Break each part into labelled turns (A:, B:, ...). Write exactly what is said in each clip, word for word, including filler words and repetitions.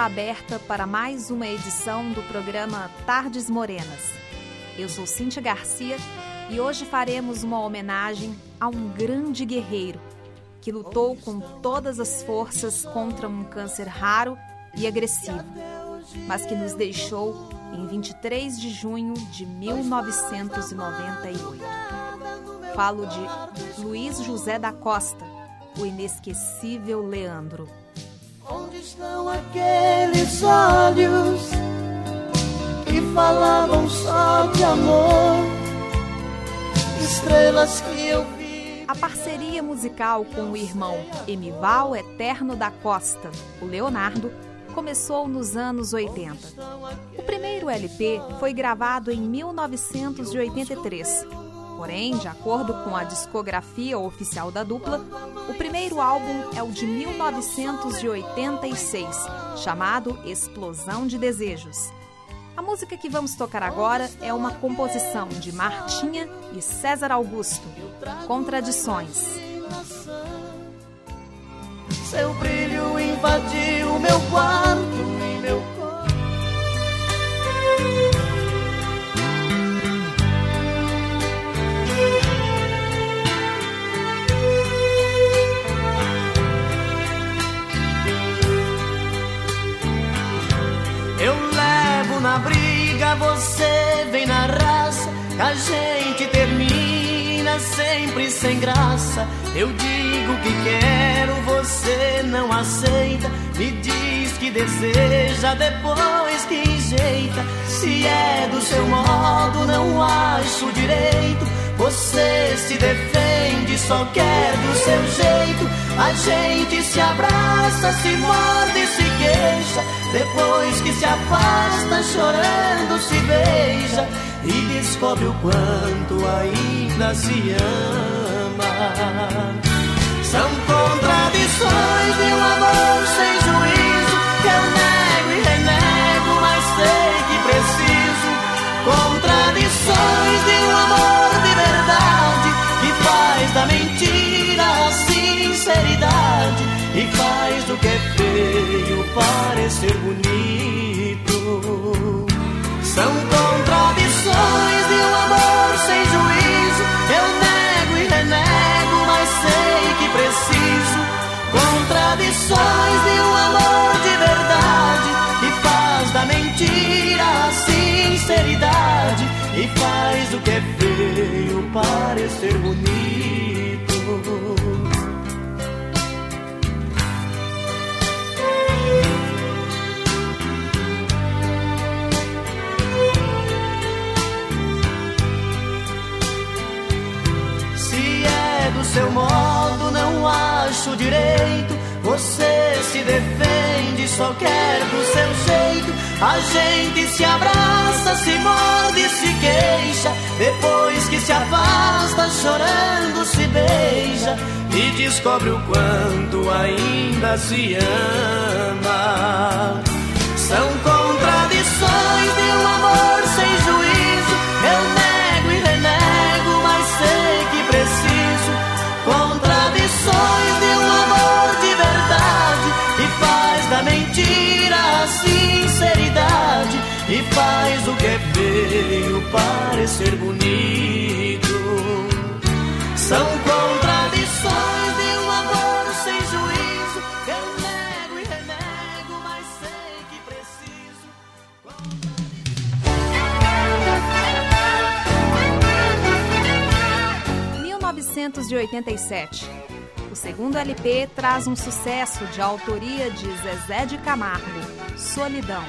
A: está aberta para mais uma edição do programa Tardes Morenas. Eu sou Cíntia Garcia e hoje faremos uma homenagem a um grande guerreiro que lutou com todas as forças contra um câncer raro e agressivo, mas que nos deixou em vinte e três de junho de mil novecentos e noventa e oito. Falo de Luiz José da Costa, o inesquecível Leandro.
B: Onde estão aqueles olhos que falavam só de amor, estrelas que eu vi.
A: A parceria musical com o irmão Emival Eterno da Costa, o Leonardo, começou nos anos oitenta. O primeiro L P foi gravado em mil novecentos e oitenta e três. Porém, de acordo com a discografia oficial da dupla, o primeiro álbum é o de mil novecentos e oitenta e seis, chamado Explosão de Desejos. A música que vamos tocar agora é uma composição de Martinha e César Augusto, Contradições.
B: Seu brilho invadiu meu quarto e meu corpo. Eu levo na briga, você vem na raça, a gente termina sempre sem graça. Eu digo que quero, você não aceita, me diz que deseja, depois que enjeita. Se é do seu modo, não acho direito, você se defende, só quer do seu jeito. A gente se abraça, se morde e se queixa, depois que se afasta, chorando se beija e descobre o quanto ainda se ama. São contradições de um amor sem juízo, que eu nego e renego, mas sei que preciso. Contradições de um amor de verdade, que faz da mentira a sinceridade e faz do que é feio parecer bonito. São contradições de um amor sem juízo, eu nego e renego, mas sei que preciso. Contradições de um amor de verdade, que faz da mentira a sinceridade e faz do que é feio parecer bonito. Seu modo não acho direito, você se defende, só quer do seu jeito. A gente se abraça, se morde, se queixa, depois que se afasta, chorando se beija e descobre o quanto ainda se ama. São contradições de um amor sem juízo, eu nego e renego, mas sei que preciso. Contradições de um amor de verdade, que faz da mentira a sinceridade e faz o que é feio parecer bonito. São contradições de um amor sem juízo, eu nego e renego, mas sei que preciso.
A: mil novecentos e oitenta e sete. O segundo L P traz um sucesso de autoria de Zezé de Camargo, Solidão.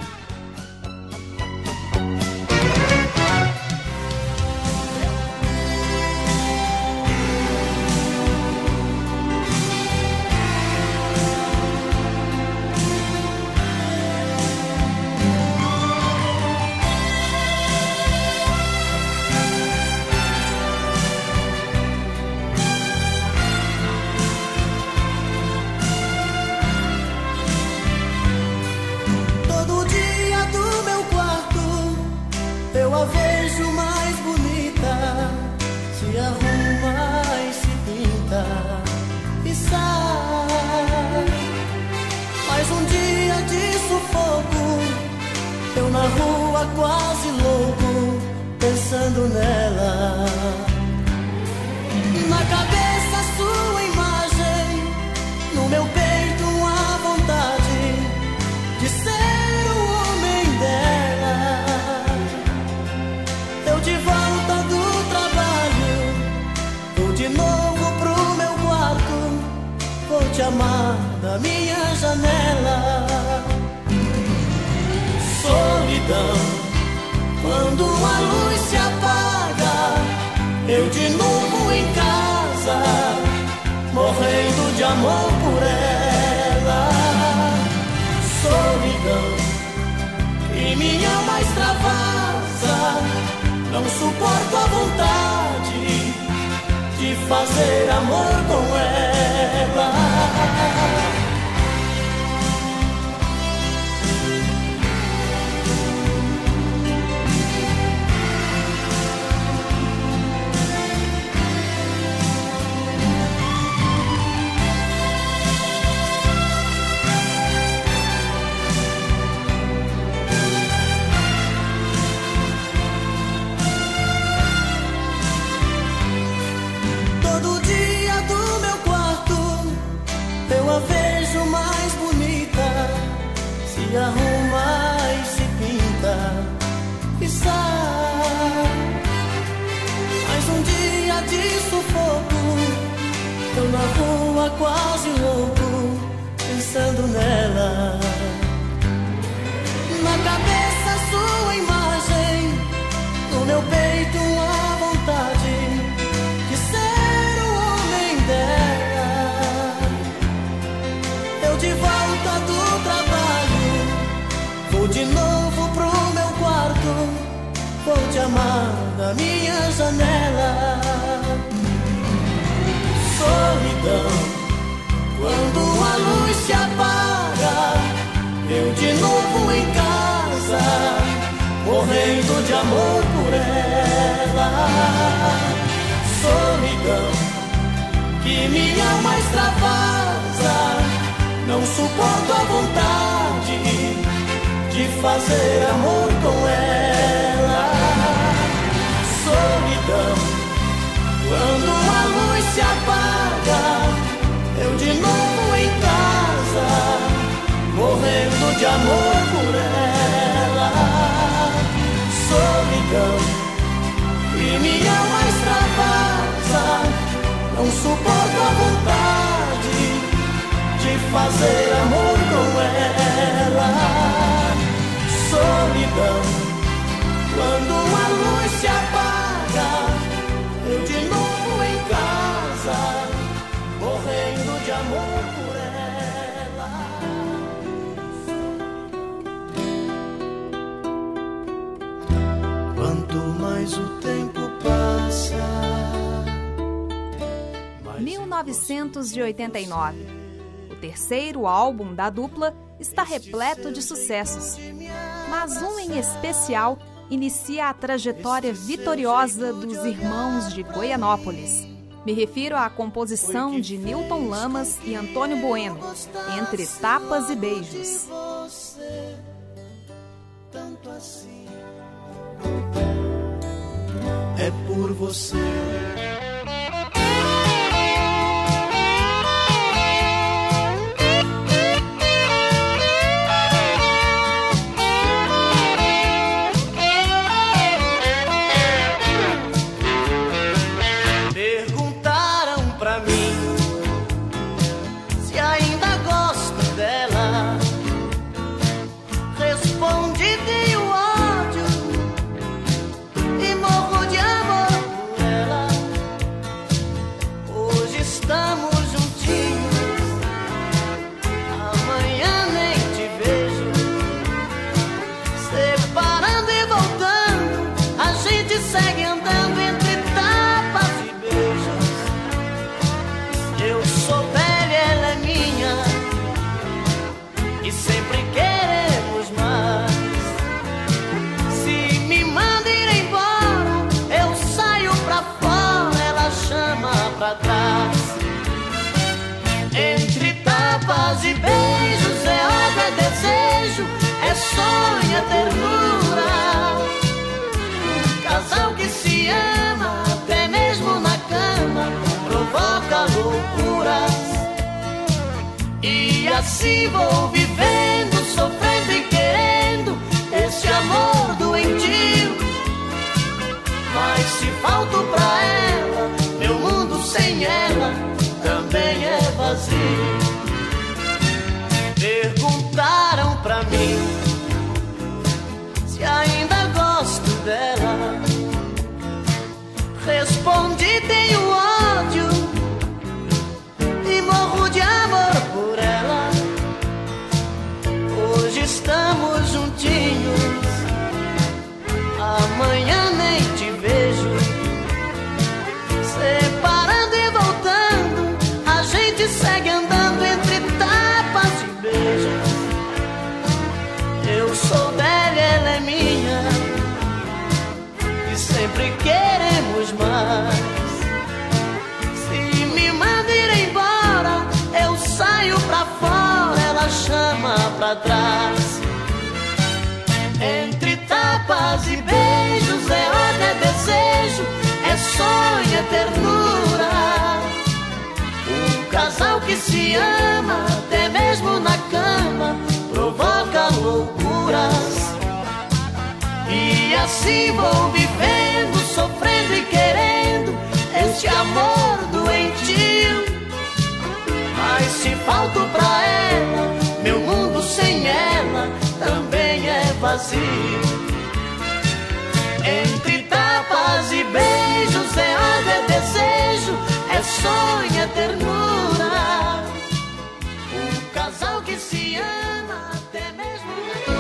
B: Mais um dia de sufoco, rua quase louco, pensando nela. Na cabeça sua imagem, no meu peito a vontade de ser o homem dela. Eu de volta do trabalho, vou de novo pro meu quarto, vou te amar da minha janela. Solidão, quando a luz se apaga, eu de novo em casa, morrendo de amor por ela. Solidão, que minha alma extravasa, não suporto a vontade de fazer amor com ela. Vejo mais bonita, se arruma e se pinta e sai. Mais um dia de sufoco, eu na rua quase louco, pensando nela. Na cabeça sua imagem, no meu peito a vontade de ser o homem dela. De volta do trabalho, vou de novo pro meu quarto, vou te amar da minha janela. Solidão, quando a luz se apaga, eu de novo em casa, morrendo de amor por ela. Solidão, que minha alma extravasa, não suporto a vontade de fazer amor com ela. Solidão, quando a luz se apaga, eu de novo em casa, morrendo de amor por ela. Solidão, e minha alma extravasa, não suporto a vontade de fazer amor com ela. Solidão, quando a luz se apaga, eu de novo em casa, morrendo de amor por ela. Quanto mais o tempo passa, mais
A: mil novecentos e oitenta e nove. O terceiro álbum da dupla está repleto de sucessos, mas um em especial inicia a trajetória vitoriosa dos irmãos de Goianópolis. Me refiro à composição de Nilton Lamas e Antônio Bueno, Entre Tapas e Beijos.
B: É por você.
C: de beijos, é obra, é desejo, é sonho, é ternura.
B: assim vou vivendo, sofrendo e querendo esse amor doentio. Mas se falto pra ela, meu mundo sem ela também é vazio. Perguntaram pra mim se ainda gosto dela. Respondi: tenho ódio e morro de amor por ela. Hoje estamos juntinhos, amanhã nem te vejo. Separando e voltando, a gente segue andando entre tapas e beijos. Eu sou dela, ela é minha, e sempre queremos mais. Se me manda ir embora, eu saio pra fora, ela chama pra trás. Entre tapas e beijos, é ódio, é desejo, é sonho, é ternura. Um casal que se ama, até mesmo na cama, provoca loucuras. E assim vou vivendo, sofrendo e querendo este amor doentio. Mas se falto pra ela, meu mundo sem ela também é vazio. Entre tapas e beijos, é ódio, é desejo, é sonho, é ternura. Um casal que se ama, até mesmo na...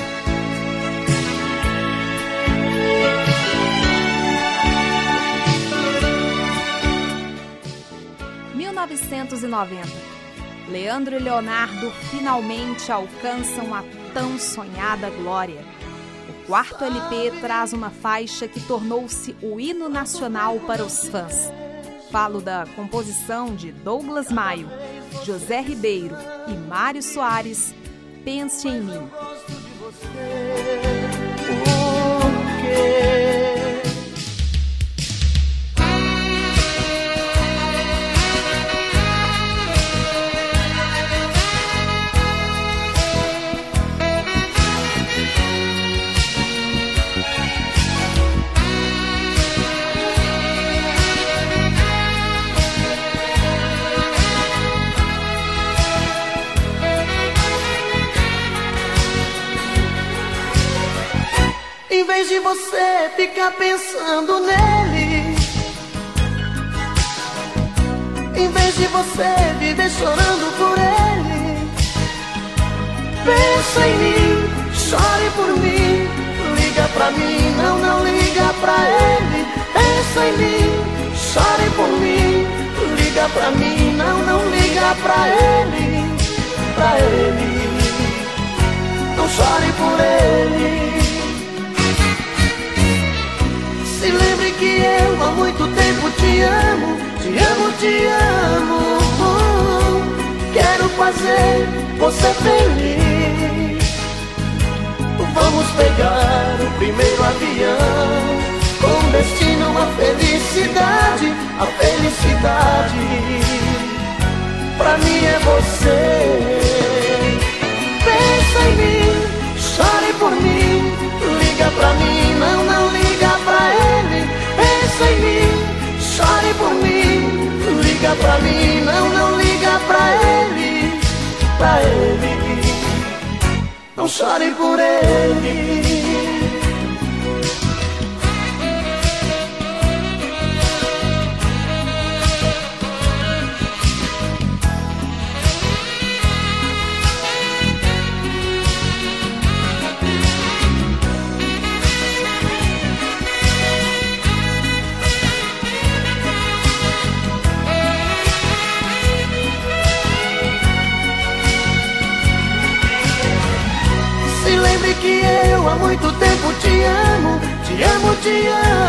A: mil novecentos e noventa. Leandro e Leonardo finalmente alcançam a tão sonhada glória. O quarto L P traz uma faixa que tornou-se o hino nacional para os fãs. Falo da composição de Douglas Maio, José Ribeiro e Mário Soares, Pense em Mim.
B: Em vez de você ficar pensando nele, em vez de você viver chorando por ele, pensa em mim, chore por mim, liga pra mim, não, não liga pra ele. Pensa em mim, chore por mim, liga pra mim, não, não liga pra ele, pra ele, não chore por ele. Se lembre que eu há muito tempo te amo, te amo, te amo. Quero fazer você feliz. Vamos pegar o primeiro avião, com destino à felicidade, a felicidade. Pra mim é você. Pensa em mim, chore por mim, liga pra mim, não, não liga pra ele. Pensa em mim, chore por mim, liga pra mim, não, não liga pra ele, pra ele, não chore por ele. Que eu há muito tempo te amo, te amo, te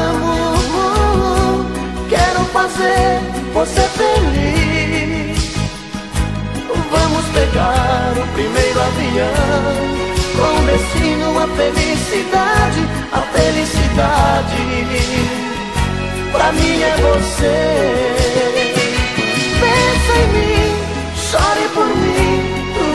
B: amo. Quero fazer você feliz. Vamos pegar o primeiro avião, com destino à felicidade, a felicidade. Pra mim é você. Pensa em mim, chore por mim,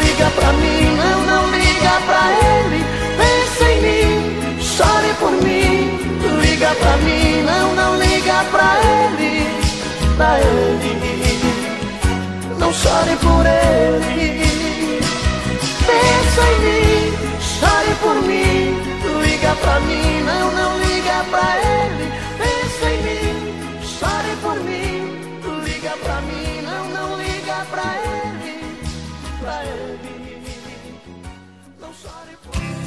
B: pra mim, não, não liga pra ele, pra ele. Não chore por ele, pensa em mim, chore por mim. Liga pra mim, não, não liga pra ele, pensa em mim, chore por mim. Liga pra mim, não, não liga pra ele, pra ele. Não chore por mim.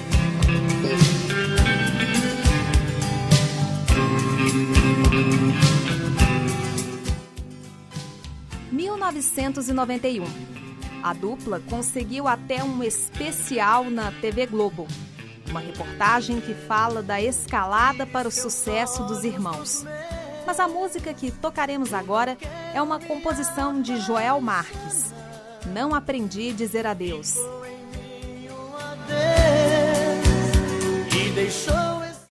A: mil novecentos e noventa e um. A dupla conseguiu até um especial na T V Globo. Uma reportagem que fala da escalada para o sucesso dos irmãos. Mas a música que tocaremos agora é uma composição de Joel Marques. Não aprendi a dizer adeus.
B: E deixou.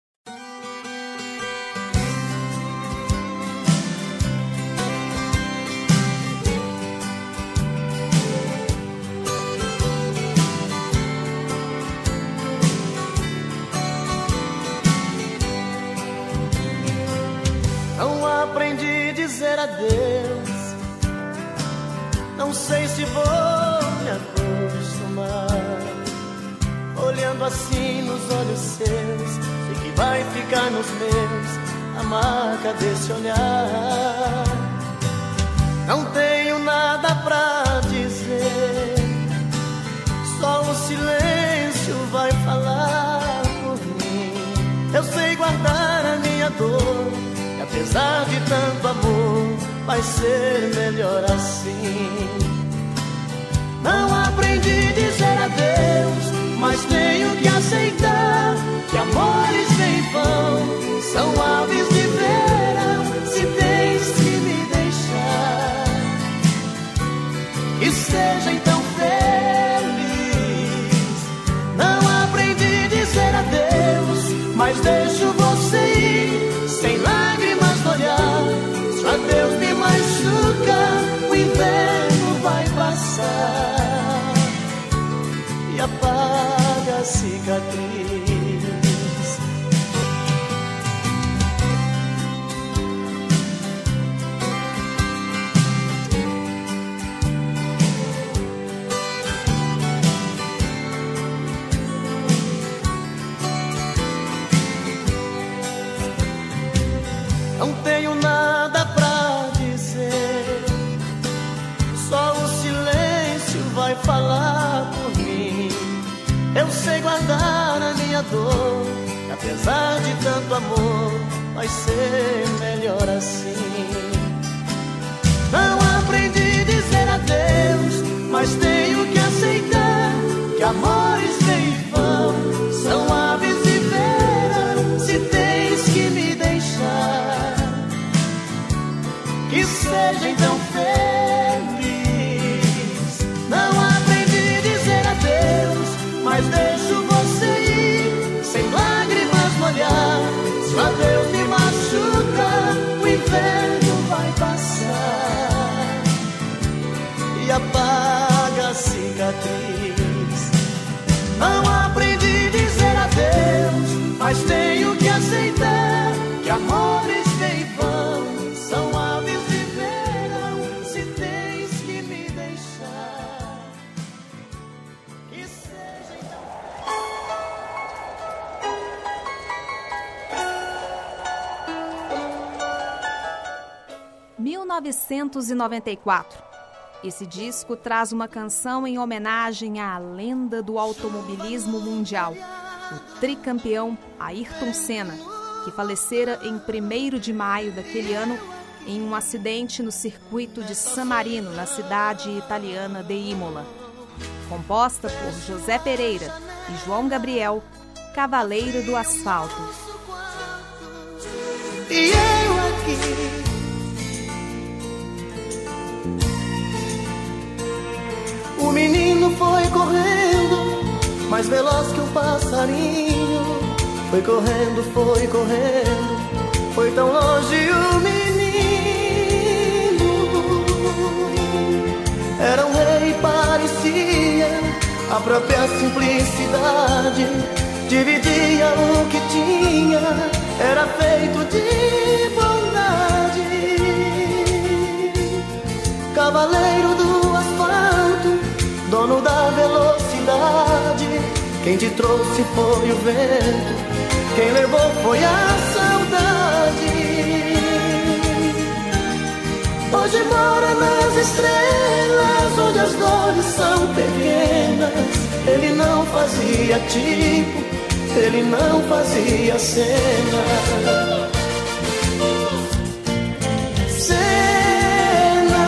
D: Aprendi a dizer adeus. Não sei se vou me acostumar. Olhando assim nos olhos seus, sei que vai ficar nos meus a marca desse olhar. Não tenho nada pra dizer, só o silêncio vai falar por mim. Eu sei guardar a minha dor, apesar de tanto amor, vai ser melhor assim. Não aprendi a dizer adeus, mas tenho que aceitar que amores vêm e vão, são aves de verão. Se tens que me deixar, que seja então feliz. Não aprendi a dizer adeus, mas deixo você ir sem lágrimas no olhar. Se o adeus me machuca, o inverno vai passar e apaga a cicatriz. Não tenho nada pra dizer, só o silêncio vai falar por mim. Eu sei guardar a minha dor, apesar de tanto amor, vai ser melhor assim. Não aprendi a dizer adeus, mas tenho que aceitar que amores vêm e vão, são aves de verão. Se tens que me deixar, que seja então feliz. Não aprendi a dizer adeus, mas deixo você ir sem lágrimas no olhar. Se o adeus me machuca, o inverno vai passar e apaga a cicatriz. Não aprendi a dizer adeus, mas tenho que aceitar que amores vêm e vão, são aves de verão. Se tens que me deixar, que seja então.
A: mil novecentos e noventa e quatro. Esse disco traz uma canção em homenagem à lenda do automobilismo mundial, o tricampeão Ayrton Senna, que falecera em primeiro de maio daquele ano em um acidente no circuito de San Marino, na cidade italiana de Imola. Composta por José Pereira e João Gabriel, Cavaleiro do Asfalto.
B: E eu aqui, o menino foi correndo, mais veloz que um passarinho. Foi correndo, foi correndo, foi tão longe o menino. Era um rei, parecia a própria simplicidade. Dividia o que tinha
D: era feito de bondade. Cavaleiro do asfalto, dono da velocidade, quem te trouxe foi o vento, quem levou foi a saudade. Hoje mora nas estrelas, onde as dores são pequenas. Ele não fazia tipo, ele não fazia cena. Cena.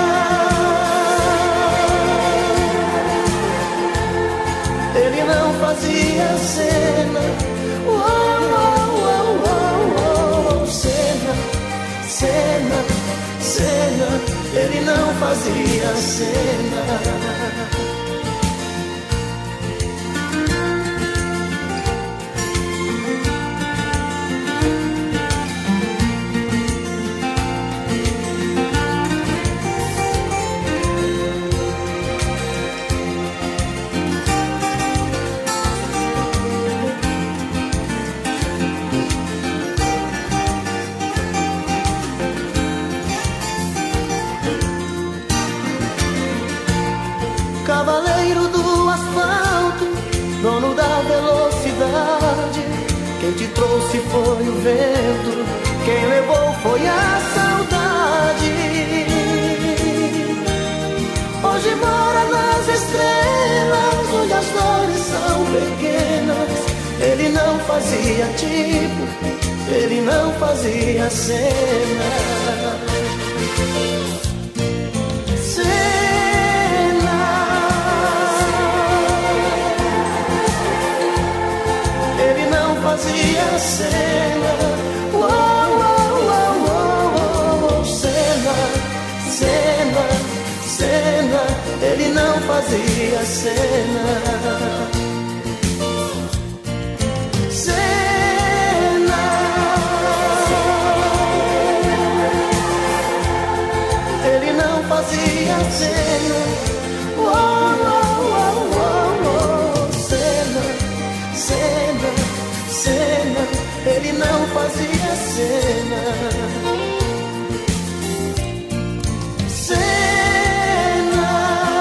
D: Ele não fazia cena. Uou, uou, uou, uou, uou. Cena, cena, cena. Ele não fazia cena. Cavaleiro do asfalto, dono da velocidade, quem te trouxe foi o vento, quem levou foi a saudade. Hoje mora nas estrelas, onde as dores são pequenas. Ele não fazia tipo, ele não fazia cena. Fazia cena, uou, uou, uou, uou, uou. Cena, cena, cena. Ele não fazia cena. Cena. Ele não fazia cena. Uou, uou, uou, uou, uou. Cena, cena, cena. Ele não fazia cena. Cena.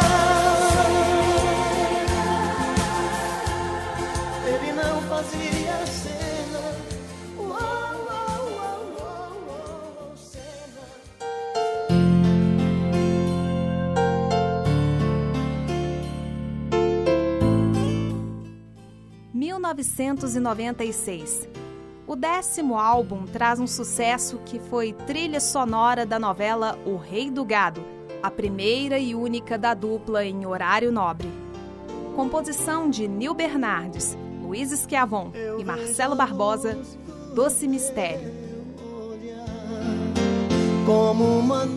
D: Ele não fazia cena. Uou, uou, uou, uou, uou, cena.
A: mil novecentos e noventa e seis. O décimo álbum traz um sucesso que foi trilha sonora da novela O Rei do Gado, a primeira e única da dupla em horário nobre. Composição de Nil Bernardes, Luiz Schiavon e Marcelo Barbosa, Doce Mistério.
D: Como uma...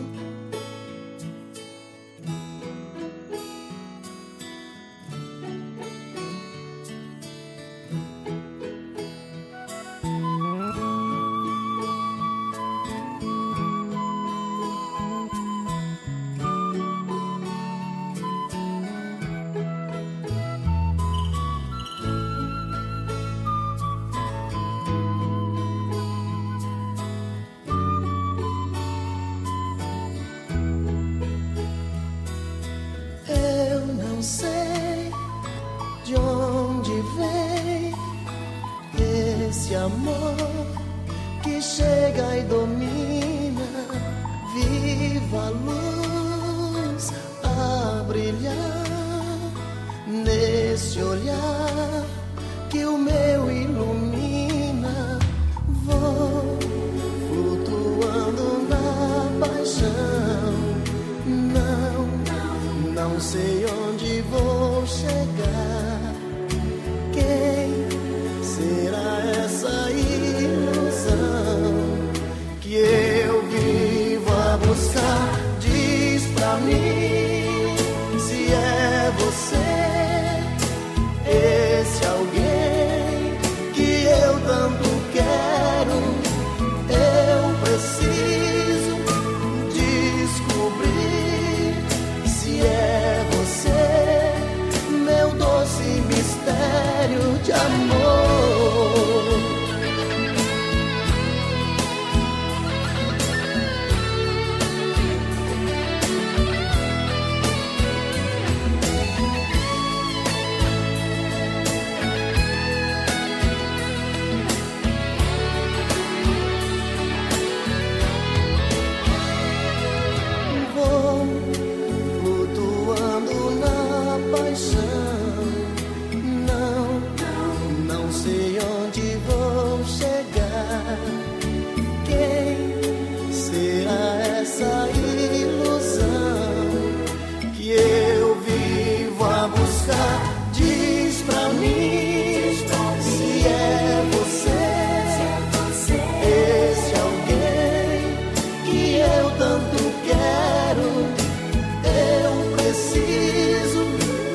D: sei de onde vem esse amor que chega e domina. Viva a luz a brilhar nesse olhar que o meu ilumina. Vou flutuando na paixão. Não, não sei onde vou chegar. Quem será essa ilusão que eu vivo a buscar? Diz pra mim se é você, esse alguém que eu tanto quero. Eu preciso descobrir se é você, meu doce paixão. Não, não sei onde vou chegar. Quem será essa ilusão que eu vivo a buscar? Diz pra mim se é você, esse alguém que eu tanto quero. Eu preciso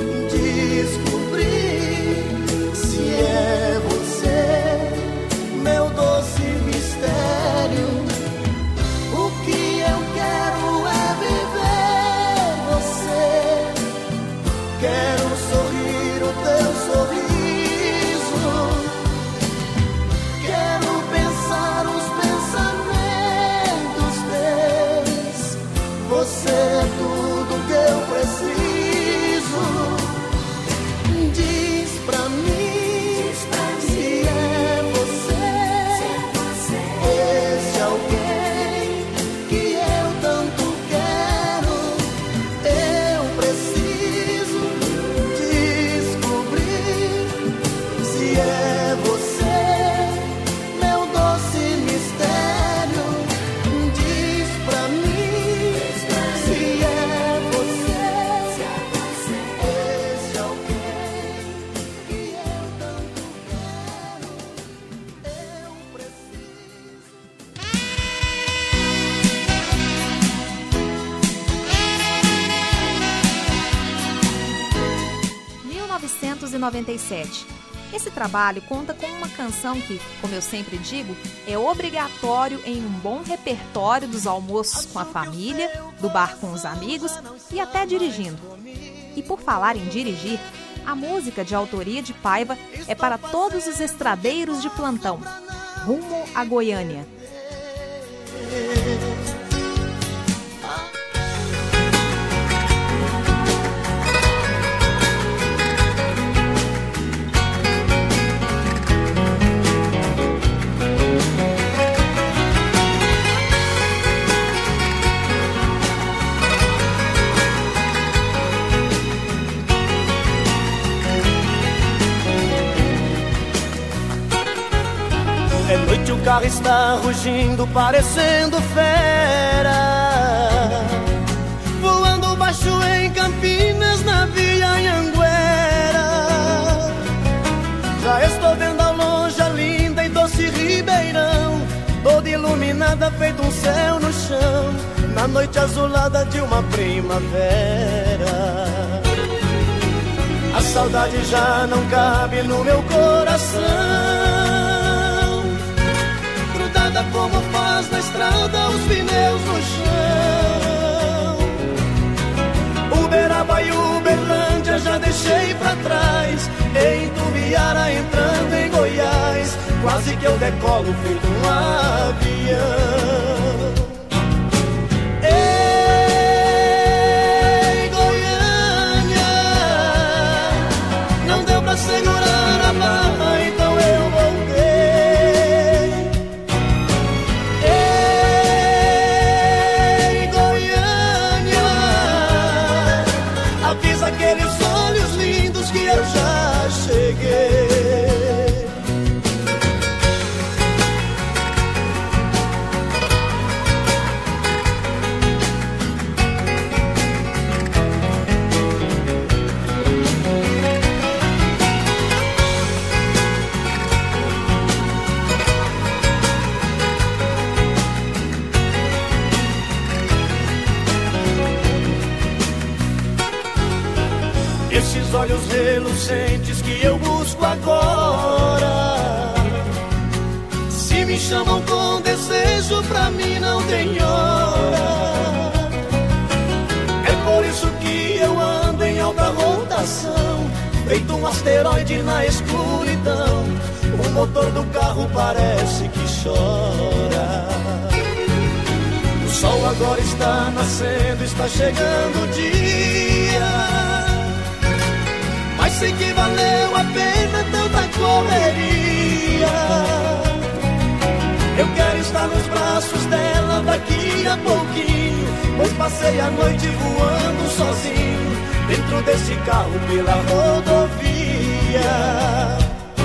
D: descobrir se é você, meu doce mistério. O que eu quero é viver você. Quero sorrir o teu sorriso. Quero pensar os pensamentos teus. Você é tudo que eu preciso. Diz pra mim se é você, esse alguém que eu tanto quero. Eu preciso descobrir se é você, meu doce mistério. Diz pra mim se é você, esse alguém que eu tanto quero. Eu preciso.
A: mil novecentos e noventa e sete. Esse trabalho conta com uma canção que, como eu sempre digo, é obrigatório em um bom repertório dos almoços com a família, do bar com os amigos e até dirigindo. E por falar em dirigir, a música de autoria de Paiva é para todos os estradeiros de plantão. Rumo a Goiânia.
D: É noite, o carro está rugindo, parecendo fera, voando baixo em Campinas, na Via Anhanguera. Já estou vendo ao longe a linda e doce Ribeirão, toda iluminada, feito um céu no chão, na noite azulada de uma primavera. A saudade já não cabe no meu coração, como faz na estrada os pneus no chão. Uberaba e Uberlândia já deixei pra trás, em Tubiara entrando em Goiás, quase que eu decolo feito um avião. Ei, Goiânia, não deu pra segurar a barra, então eu voltei. Aqueles olhos lindos que eu já cheguei. Esses olhos relucentes que eu busco agora, se me chamam com desejo, pra mim não tem hora. É por isso que eu ando em alta rotação, feito um asteroide na escuridão. O motor do carro parece que chora. O sol agora está nascendo, está chegando o dia, mas sei que valeu a pena tanta correria. Eu quero estar nos braços dela daqui a pouquinho, pois passei a noite voando sozinho, dentro desse carro pela rodovia.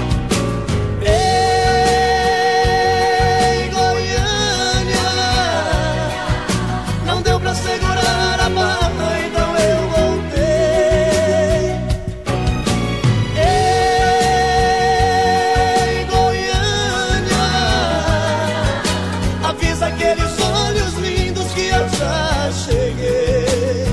D: Ei, Goiânia, não deu pra segurar a barra, então eu voltei. Ei, Goiânia, avisa aqueles olhos lindos que eu já cheguei.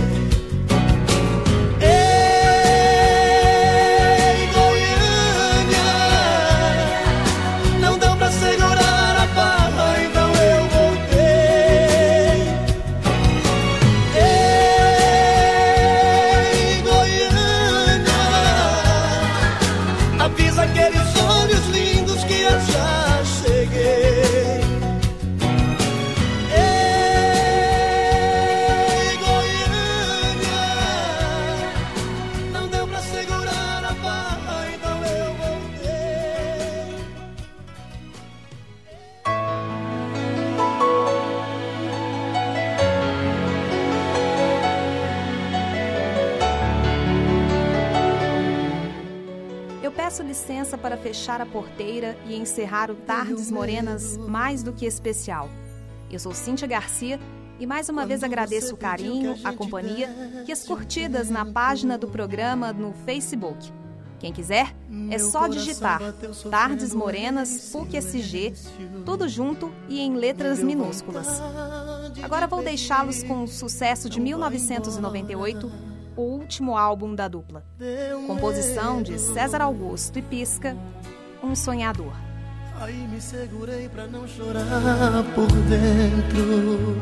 A: Peço licença para fechar a porteira e encerrar o Tardes Morenas mais do que especial. Eu sou Cíntia Garcia e mais uma vez agradeço o carinho, a companhia e as curtidas na página do programa no Facebook. Quem quiser, é só digitar Tardes Morenas P U C S G, tudo junto e em letras minúsculas. Agora vou deixá-los com o sucesso de mil novecentos e noventa e oito, o último álbum da dupla. Composição de César Augusto e Pisca, Um Sonhador.
D: Aí me segurei pra não chorar por dentro.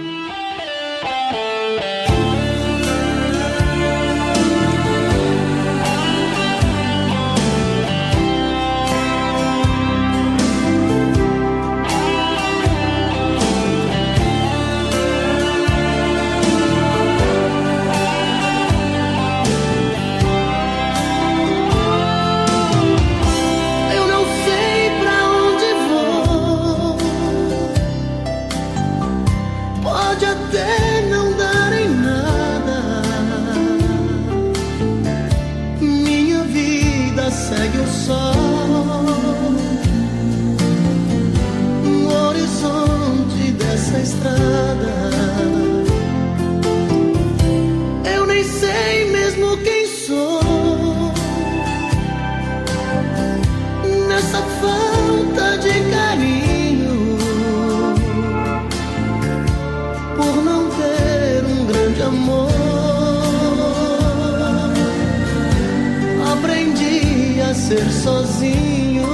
B: Ser sozinho,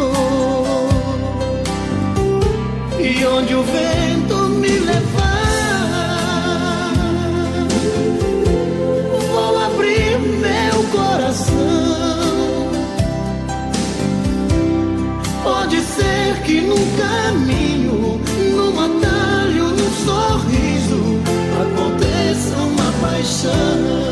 B: e onde o vento me levar, vou abrir meu coração. Pode ser que num caminho, num atalho, num sorriso, aconteça uma paixão.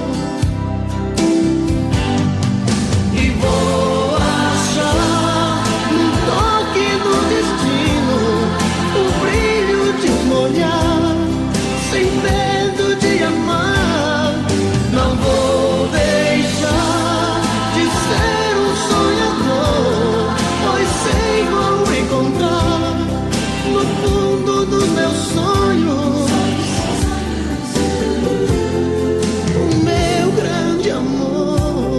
B: Sem medo de amar, não vou deixar de ser um sonhador, pois sei vou encontrar no fundo dos meus sonhos o meu grande amor.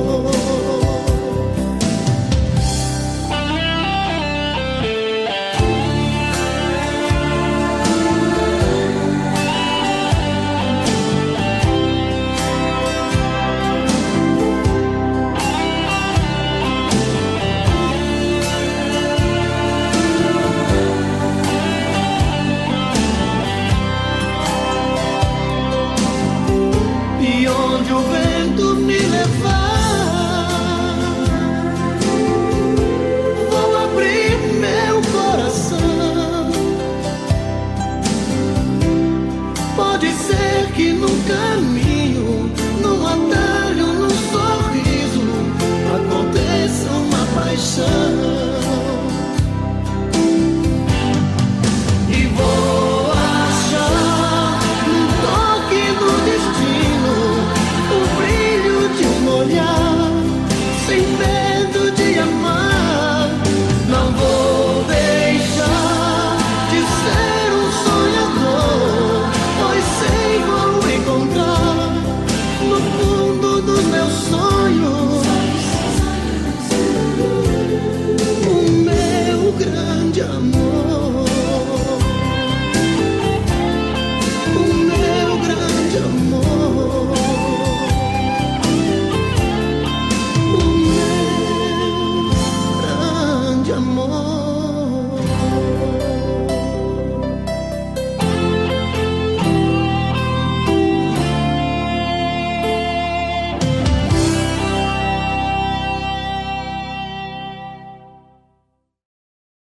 B: Pode ser que num caminho, num atalho, num sorriso, aconteça uma paixão.